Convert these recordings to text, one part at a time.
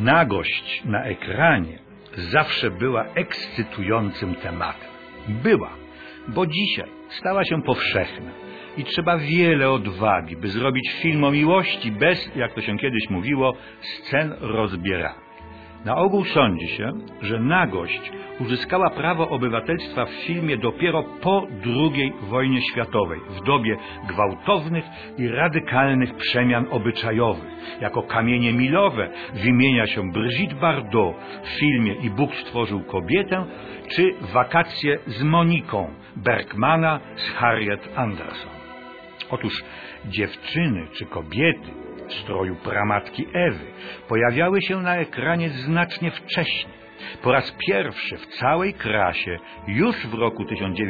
Nagość na ekranie zawsze była ekscytującym tematem. Była, bo dzisiaj stała się powszechna i trzeba wiele odwagi, by zrobić film o miłości bez, jak to się kiedyś mówiło, scen rozbieranych. Na ogół sądzi się, że nagość uzyskała prawo obywatelstwa w filmie dopiero po II wojnie światowej, w dobie gwałtownych i radykalnych przemian obyczajowych. Jako kamienie milowe wymienia się Brigitte Bardot w filmie I Bóg stworzył kobietę, czy Wakacje z Moniką Bergmana z Harriet Anderson. Otóż dziewczyny czy kobiety w stroju pramatki Ewy pojawiały się na ekranie znacznie wcześniej. Po raz pierwszy w całej krasie już w roku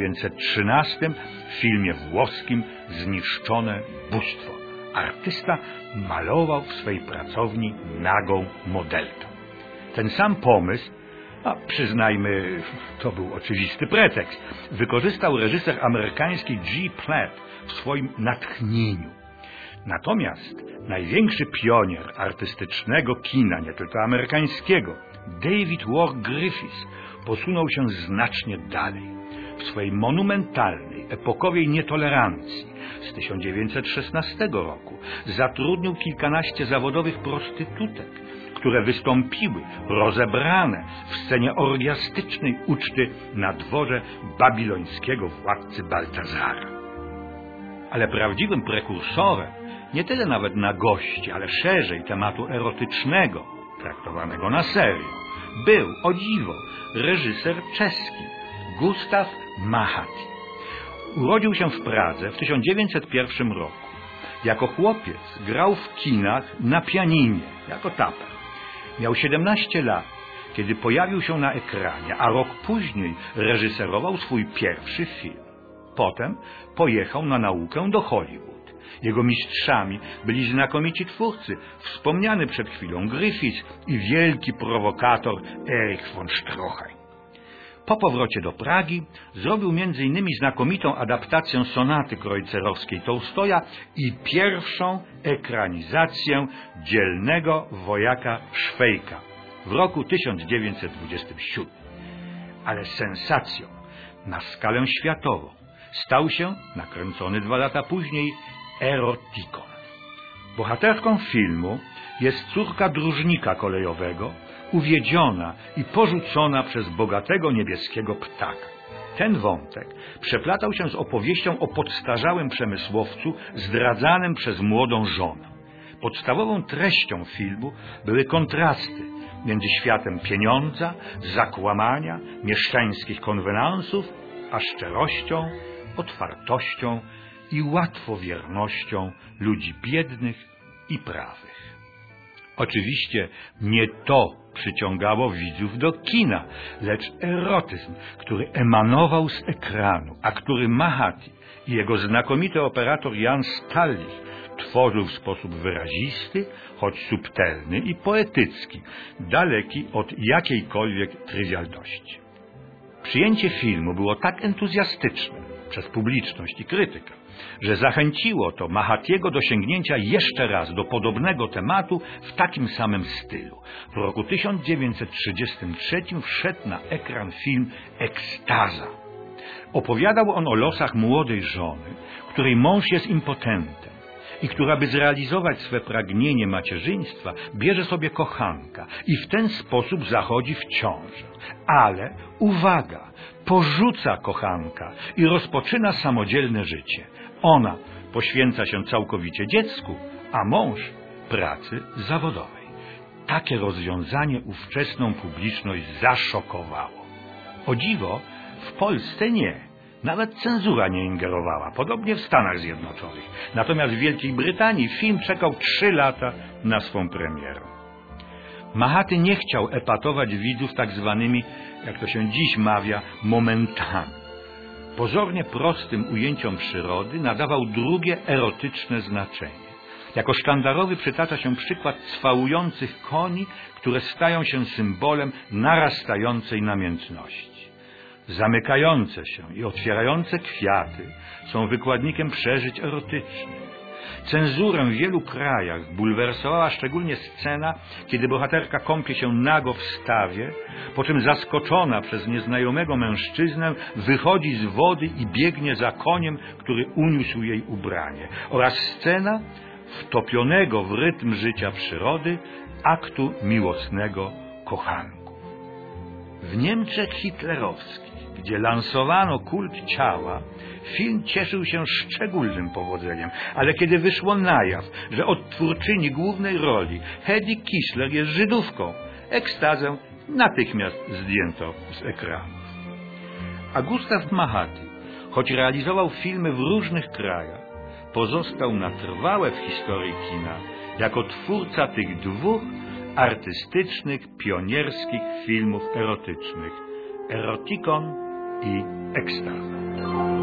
1913 w filmie włoskim Zniszczone bóstwo. Artysta malował w swej pracowni nagą modelkę. Ten sam pomysł, przyznajmy, to był oczywisty pretekst, wykorzystał reżyser amerykański G. Platt w swoim natchnieniu. Natomiast największy pionier artystycznego kina, nie tylko amerykańskiego, David Wark Griffiths, posunął się znacznie dalej. W swojej monumentalnej, epokowej nietolerancji z 1916 roku zatrudnił kilkanaście zawodowych prostytutek, które wystąpiły rozebrane w scenie orgiastycznej uczty na dworze babilońskiego władcy Baltazara. Ale prawdziwym prekursorem nie tyle nawet nagości, ale szerzej tematu erotycznego, traktowanego na serio, był, o dziwo, reżyser czeski Gustav Mahati. Urodził się w Pradze w 1901 roku. Jako chłopiec grał w kinach na pianinie, jako taper. Miał 17 lat, kiedy pojawił się na ekranie, a rok później reżyserował swój pierwszy film. Potem pojechał na naukę do Hollywood. Jego mistrzami byli znakomici twórcy, wspomniany przed chwilą Griffiths i wielki prowokator Erich von Stroheim. Po powrocie do Pragi zrobił m.in. znakomitą adaptację sonaty krojcerowskiej Tołstoja i pierwszą ekranizację Dzielnego wojaka Szwejka w roku 1927. Ale sensacją na skalę światową stał się, nakręcony 2 lata później, Erotikon. Bohaterką filmu jest córka dróżnika kolejowego, uwiedziona i porzucona przez bogatego niebieskiego ptaka. Ten wątek przeplatał się z opowieścią o podstarzałym przemysłowcu zdradzanym przez młodą żonę. Podstawową treścią filmu były kontrasty między światem pieniądza, zakłamania, mieszczańskich konwenansów, a szczerością, otwartością i łatwowiernością ludzi biednych i prawych. Oczywiście nie to przyciągało widzów do kina, lecz erotyzm, który emanował z ekranu, a który Mahati i jego znakomity operator Jan Stallich tworzył w sposób wyrazisty, choć subtelny i poetycki, daleki od jakiejkolwiek trywialności. Przyjęcie filmu było tak entuzjastyczne przez publiczność i krytykę, że zachęciło to Mahatiego do sięgnięcia jeszcze raz do podobnego tematu w takim samym stylu. W roku 1933 wszedł na ekran film Ekstaza. Opowiadał on o losach młodej żony, której mąż jest impotentem i która, by zrealizować swe pragnienie macierzyństwa, bierze sobie kochanka i w ten sposób zachodzi w ciążę. Ale, uwaga, porzuca kochanka i rozpoczyna samodzielne życie. Ona poświęca się całkowicie dziecku, a mąż pracy zawodowej. Takie rozwiązanie ówczesną publiczność zaszokowało. O dziwo, w Polsce nie. Nawet cenzura nie ingerowała, podobnie w Stanach Zjednoczonych. Natomiast w Wielkiej Brytanii film czekał 3 lata na swą premierę. Mahati nie chciał epatować widzów tak zwanymi, jak to się dziś mawia, momentami. Pozornie prostym ujęciom przyrody nadawał drugie erotyczne znaczenie. Jako sztandarowy przytacza się przykład cwałujących koni, które stają się symbolem narastającej namiętności. Zamykające się i otwierające kwiaty są wykładnikiem przeżyć erotycznych. Cenzurę w wielu krajach bulwersowała szczególnie scena, kiedy bohaterka kąpie się nago w stawie, po czym zaskoczona przez nieznajomego mężczyznę wychodzi z wody i biegnie za koniem, który uniósł jej ubranie, oraz scena wtopionego w rytm życia przyrody aktu miłosnego kochanków. W Niemczech hitlerowskich, gdzie lansowano kult ciała, film cieszył się szczególnym powodzeniem, ale kiedy wyszło na jaw, że odtwórczyni głównej roli Hedy Kissler jest Żydówką, ekstazę natychmiast zdjęto z ekranów. A Gustav Mahaty, choć realizował filmy w różnych krajach, pozostał na trwałe w historii kina jako twórca tych dwóch artystycznych, pionierskich filmów erotycznych: Erotikon i Ekstaza.